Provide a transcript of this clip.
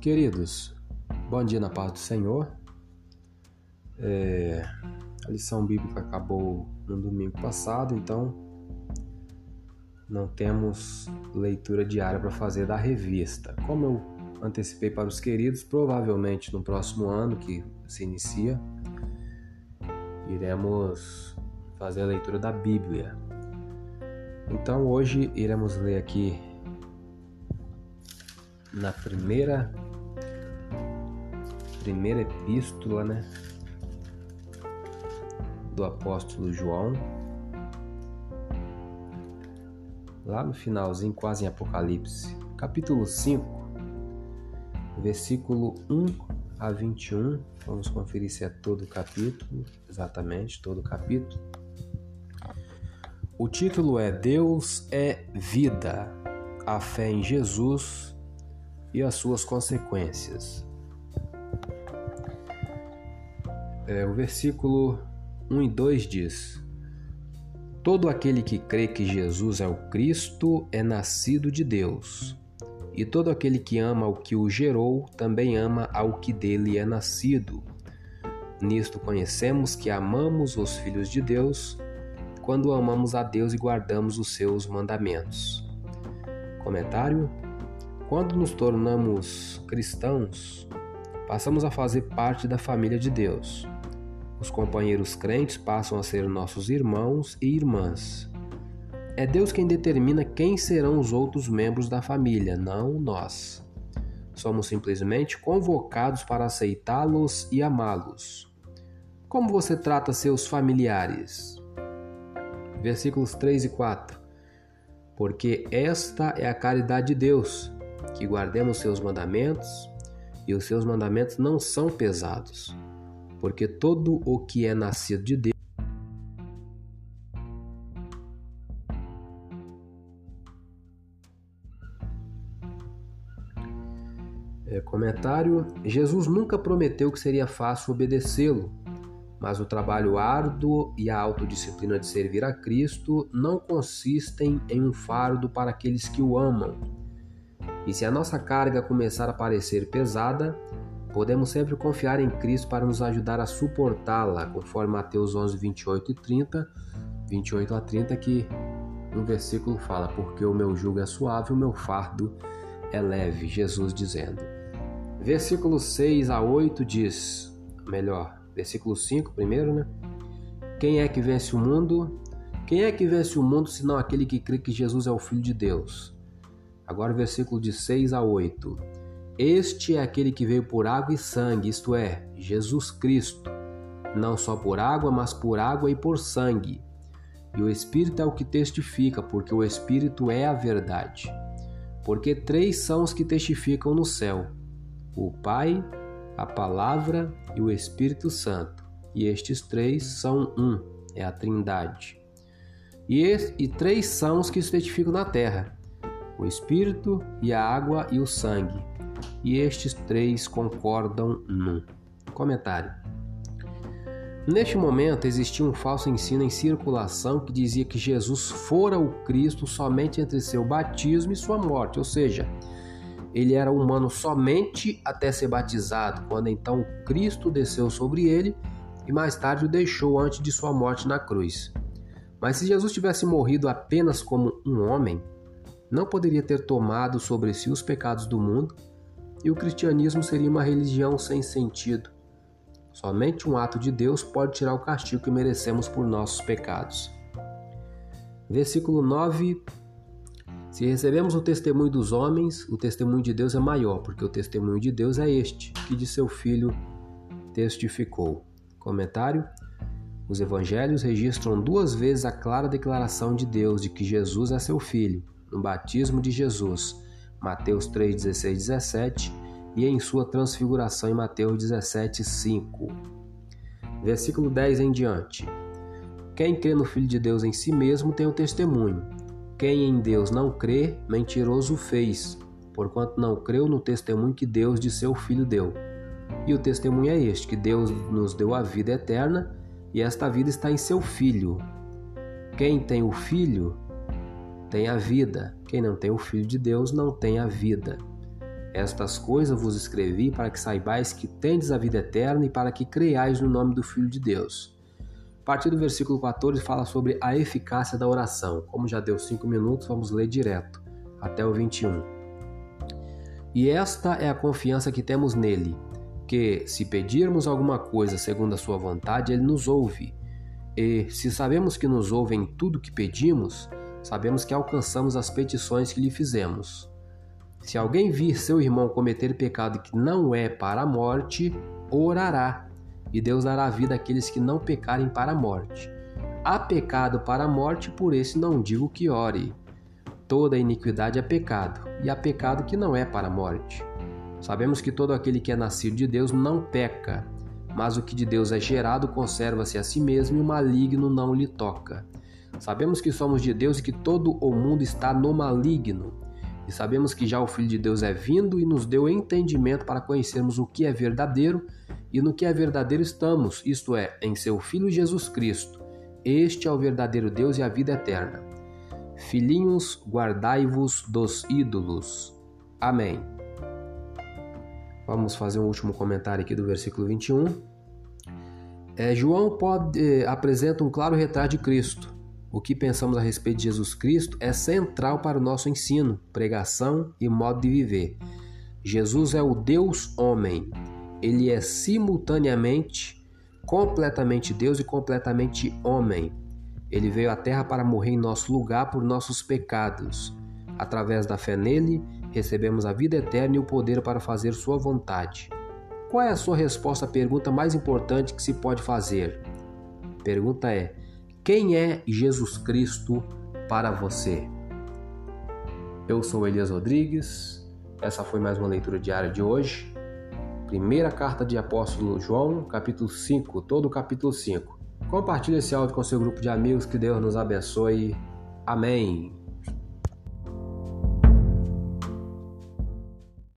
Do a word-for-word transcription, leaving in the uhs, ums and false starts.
Queridos, bom dia na paz do Senhor. É, a lição bíblica acabou no domingo passado, então não temos leitura diária para fazer da revista. Como eu antecipei para os queridos, provavelmente no próximo ano que se inicia, iremos fazer a leitura da Bíblia. Então hoje iremos ler aqui na primeira primeira epístola, né, do apóstolo João, lá no finalzinho, quase em Apocalipse, capítulo cinco, versículo um a vinte e um. Vamos conferir se é todo o capítulo, exatamente todo o capítulo. O título é Deus é vida, a fé em Jesus e as suas consequências. É, o versículo um e dois diz: Todo aquele que crê que Jesus é o Cristo é nascido de Deus, e todo aquele que ama o que o gerou também ama ao que dele é nascido. Nisto conhecemos que amamos os filhos de Deus, quando amamos a Deus e guardamos os seus mandamentos. Comentário: Quando nos tornamos cristãos, passamos a fazer parte da família de Deus. Os companheiros crentes passam a ser nossos irmãos e irmãs. É Deus quem determina quem serão os outros membros da família, não nós. Somos simplesmente convocados para aceitá-los e amá-los. Como você trata seus familiares? Versículos três e quatro. Porque esta é a caridade de Deus, que guardemos seus mandamentos, e os seus mandamentos não são pesados. Porque todo o que é nascido de Deus é, comentário: Jesus nunca prometeu que seria fácil obedecê-lo, mas o trabalho árduo e a autodisciplina de servir a Cristo não consistem em um fardo para aqueles que o amam. E se a nossa carga começar a parecer pesada, podemos sempre confiar em Cristo para nos ajudar a suportá-la, conforme Mateus onze, vinte e oito e trinta, vinte e oito a trinta, que um versículo fala: porque o meu jugo é suave, o meu fardo é leve, Jesus dizendo. Versículo seis a oito diz, melhor, versículo cinco primeiro, né? Quem é que vence o mundo? Quem é que vence o mundo, senão aquele que crê que Jesus é o Filho de Deus? Agora versículo de seis a oito. Este é aquele que veio por água e sangue, isto é, Jesus Cristo, não só por água, mas por água e por sangue. E o Espírito é o que testifica, porque o Espírito é a verdade. Porque três são os que testificam no céu: o Pai, a Palavra e o Espírito Santo. E estes três são um, é a Trindade. E, esse, e três são os que testificam na terra: o Espírito e a água e o sangue. E estes três concordam num. Comentário: Neste momento existia um falso ensino em circulação que dizia que Jesus fora o Cristo somente entre seu batismo e sua morte, ou seja, ele era humano somente até ser batizado, quando então o Cristo desceu sobre ele e mais tarde o deixou antes de sua morte na cruz. Mas se Jesus tivesse morrido apenas como um homem, não poderia ter tomado sobre si os pecados do mundo, e o cristianismo seria uma religião sem sentido. Somente um ato de Deus pode tirar o castigo que merecemos por nossos pecados. Versículo nove. Se recebemos o testemunho dos homens, o testemunho de Deus é maior, porque o testemunho de Deus é este, que de seu Filho testificou. Comentário: Os evangelhos registram duas vezes a clara declaração de Deus de que Jesus é seu Filho, no batismo de Jesus, Mateus três, dezesseis e dezessete, e em sua transfiguração em Mateus dezessete, cinco. Versículo dez em diante. Quem crê no Filho de Deus em si mesmo tem o testemunho. Quem em Deus não crê, mentiroso fez, porquanto não creu no testemunho que Deus de seu Filho deu. E o testemunho é este, que Deus nos deu a vida eterna, e esta vida está em seu Filho. Quem tem o Filho tem a vida. Quem não tem o Filho de Deus não tem a vida. Estas coisas vos escrevi para que saibais que tendes a vida eterna e para que creiais no nome do Filho de Deus. A partir do versículo quatorze fala sobre a eficácia da oração. Como já deu cinco minutos, vamos ler direto, até o vinte e um. E esta é a confiança que temos nele, que, se pedirmos alguma coisa segundo a sua vontade, ele nos ouve. E, se sabemos que nos ouve em tudo que pedimos, sabemos que alcançamos as petições que lhe fizemos. Se alguém vir seu irmão cometer pecado que não é para a morte, orará, e Deus dará vida àqueles que não pecarem para a morte. Há pecado para a morte, por esse não digo que ore. Toda iniquidade é pecado, e há pecado que não é para a morte. Sabemos que todo aquele que é nascido de Deus não peca, mas o que de Deus é gerado conserva-se a si mesmo e o maligno não lhe toca. Sabemos que somos de Deus e que todo o mundo está no maligno. E sabemos que já o Filho de Deus é vindo e nos deu entendimento para conhecermos o que é verdadeiro, e no que é verdadeiro estamos, isto é, em seu Filho Jesus Cristo. Este é o verdadeiro Deus e a vida eterna. Filhinhos, guardai-vos dos ídolos. Amém. Vamos fazer um último comentário aqui do versículo vinte e um. É, João pode, eh, apresenta um claro retrato de Cristo. O que pensamos a respeito de Jesus Cristo é central para o nosso ensino, pregação e modo de viver. Jesus é o Deus homem. Ele é simultaneamente, completamente Deus e completamente homem. Ele veio à Terra para morrer em nosso lugar por nossos pecados. Através da fé nele, recebemos a vida eterna e o poder para fazer sua vontade. Qual é a sua resposta à pergunta mais importante que se pode fazer? A pergunta é: quem é Jesus Cristo para você? Eu sou Elias Rodrigues, essa foi mais uma leitura diária de hoje. Primeira carta de apóstolo João, capítulo cinco, todo o capítulo cinco. Compartilhe esse áudio com seu grupo de amigos, que Deus nos abençoe. Amém.